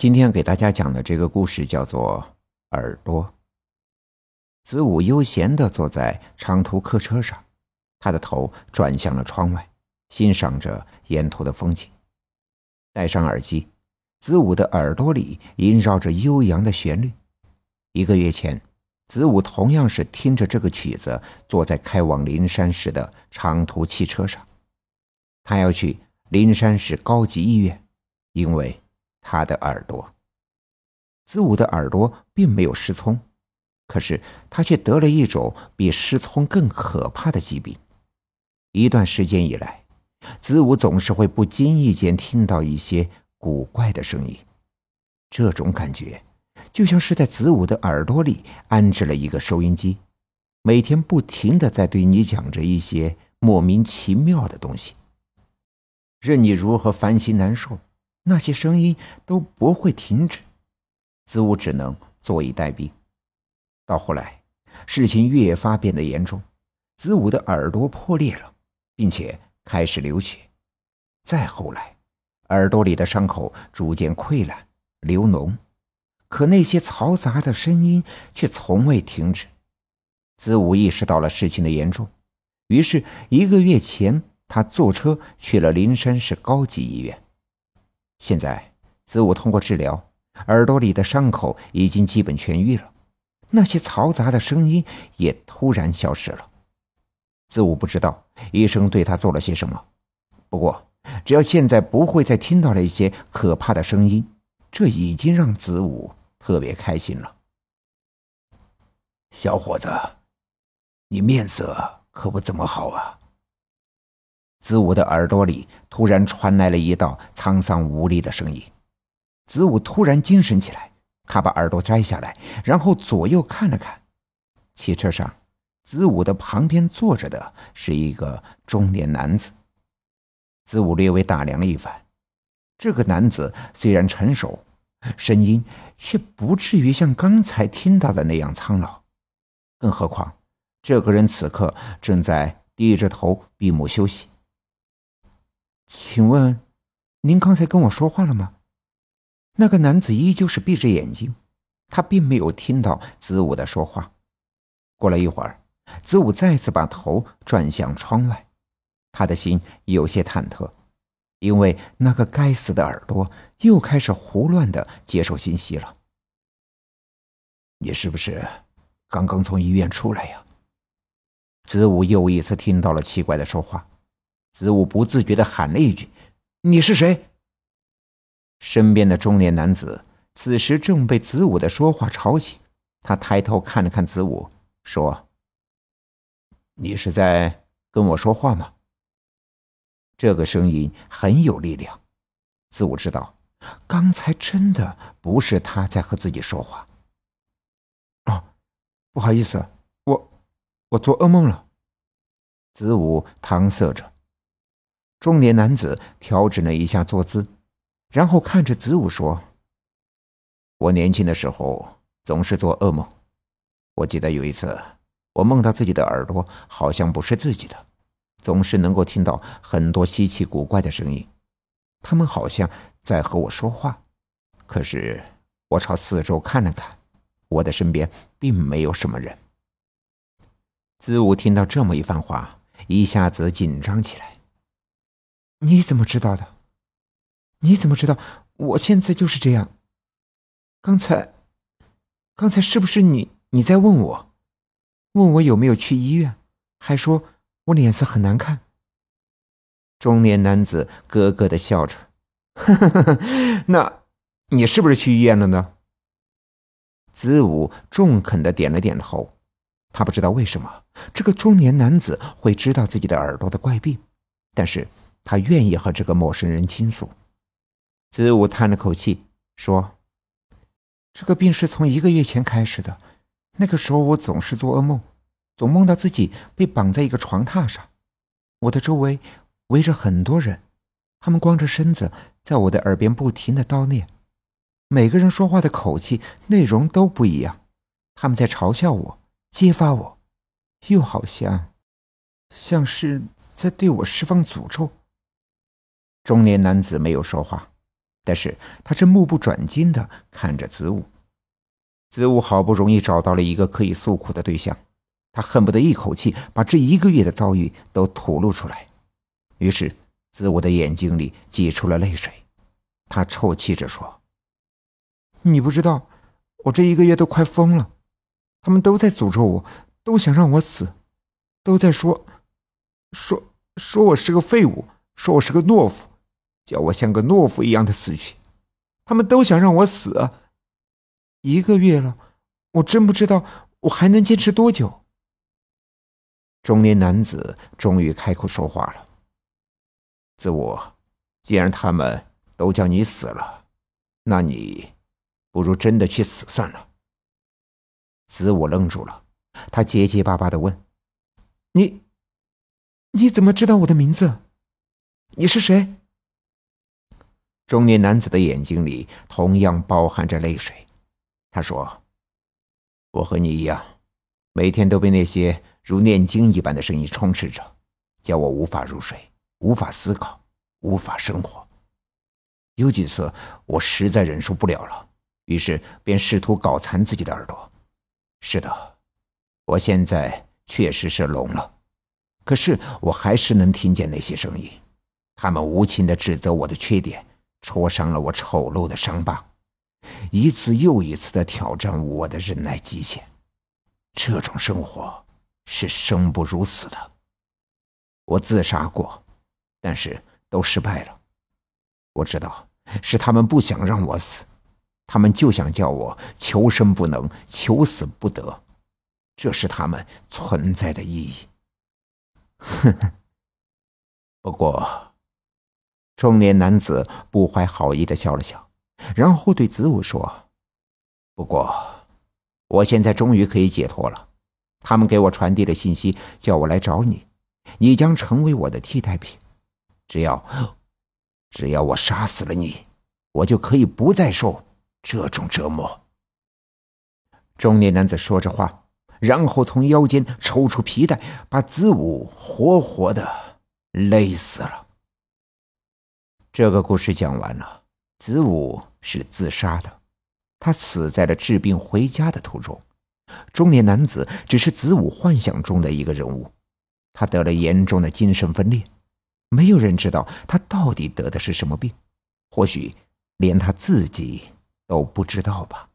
今天给大家讲的这个故事叫做耳朵。子午悠闲地坐在长途客车上，他的头转向了窗外，欣赏着沿途的风景。戴上耳机，子午的耳朵里萦绕着悠扬的旋律。1个月前，子午同样是听着这个曲子，坐在开往灵山市的长途汽车上。他要去灵山市高级医院，因为他的耳朵。子午的耳朵并没有失聪，可是他却得了一种比失聪更可怕的疾病。一段时间以来，子午总是会不经意间听到一些古怪的声音，这种感觉就像是在子午的耳朵里安置了一个收音机，每天不停地在对你讲着一些莫名其妙的东西。任你如何烦心难受，那些声音都不会停止。子午只能坐以待毙。到后来，事情越发变得严重，子午的耳朵破裂了，并且开始流血。再后来，耳朵里的伤口逐渐溃烂流脓，可那些嘈杂的声音却从未停止。子午意识到了事情的严重，于是1个月前他坐车去了灵山市高级医院。现在子午通过治疗，耳朵里的伤口已经基本痊愈了，那些嘈杂的声音也突然消失了。子午不知道医生对他做了些什么，不过只要现在不会再听到那些可怕的声音，这已经让子午特别开心了。 小伙子，你面色可不怎么好啊。 子午的耳朵里突然传来了一道沧桑无力的声音。子午突然精神起来，他把耳朵摘下来，然后左右看了看。汽车上，子午的旁边坐着的是一个中年男子。子午略微打量了一番，这个男子虽然成熟，声音却不至于像刚才听到的那样苍老，更何况这个人此刻正在低着头闭目休息。请问您刚才跟我说话了吗？那个男子依旧是闭着眼睛，他并没有听到子午的说话。过了一会儿，子午再次把头转向窗外，他的心有些忐忑，因为那个该死的耳朵又开始胡乱地接受信息了。 你是不是刚刚从医院出来呀？ 子午又一次听到了奇怪的说话。子午不自觉地喊了一句：“你是谁？”身边的中年男子此时正被子午的说话吵醒，他抬头看了看子午，说：“你是在跟我说话吗？”这个声音很有力量，子午知道刚才真的不是他在和自己说话。哦，不好意思，我做噩梦了。子午搪塞着。中年男子调整了一下坐姿，然后看着子午说：“我年轻的时候总是做噩梦，我记得有一次我梦到自己的耳朵好像不是自己的，总是能够听到很多稀奇古怪的声音，他们好像在和我说话，可是我朝四周看了看，我的身边并没有什么人。”子午听到这么一番话，一下子紧张起来。“你怎么知道的？你怎么知道我现在就是这样？刚才是不是你在问我有没有去医院，还说我脸色很难看？”中年男子咯咯地笑着：“那你是不是去医院了呢？”子午中肯地点了点头。他不知道为什么这个中年男子会知道自己的耳朵的怪病，但是他愿意和这个陌生人倾诉。子午叹了口气说：“这个病是从1个月前开始的，那个时候我总是做噩梦，总梦到自己被绑在一个床榻上，我的周围围着很多人，他们光着身子在我的耳边不停地叨念，每个人说话的口气内容都不一样，他们在嘲笑我，揭发我，又好像是在对我释放诅咒。”中年男子没有说话， 但是他正目不转睛地看着子午。子午好不容易找到了一个可以诉苦的对象，他恨不得一口气把这1个月的遭遇都吐露出来。于是子午的眼睛里挤出了泪水，他抽泣着说：“你不知道，我这1个月都快疯了，他们都在诅咒我，都想让我死，都在说我是个废物，说我是个懦夫，叫我像个懦夫一样的死去。他们都想让我死啊！1个月了，我真不知道我还能坚持多久。”中年男子终于开口说话了：“子午，既然他们都叫你死了，那你不如真的去死算了。”子午愣住了，他结结巴巴地问：“你怎么知道我的名字？你是谁？”中年男子的眼睛里同样包含着泪水。他说：“我和你一样，每天都被那些如念经一般的声音充斥着，叫我无法入睡，无法思考，无法生活。有几次我实在忍受不了了，于是便试图搞残自己的耳朵。是的，我现在确实是聋了，可是我还是能听见那些声音，他们无情地指责我的缺点，戳伤了我丑陋的伤疤，一次又一次地挑战我的忍耐极限。这种生活是生不如死的。我自杀过，但是都失败了。我知道是他们不想让我死，他们就想叫我求生不能，求死不得，这是他们存在的意义。呵呵。不过，中年男子不怀好意地笑了笑，然后对子午说：“不过，我现在终于可以解脱了。他们给我传递了信息，叫我来找你，你将成为我的替代品。只要我杀死了你，我就可以不再受这种折磨。”中年男子说着话，然后从腰间抽出皮带，把子午活活的勒死了。这个故事讲完了，子午是自杀的，他死在了治病回家的途中。中年男子只是子午幻想中的一个人物，他得了严重的精神分裂，没有人知道他到底得的是什么病，或许连他自己都不知道吧。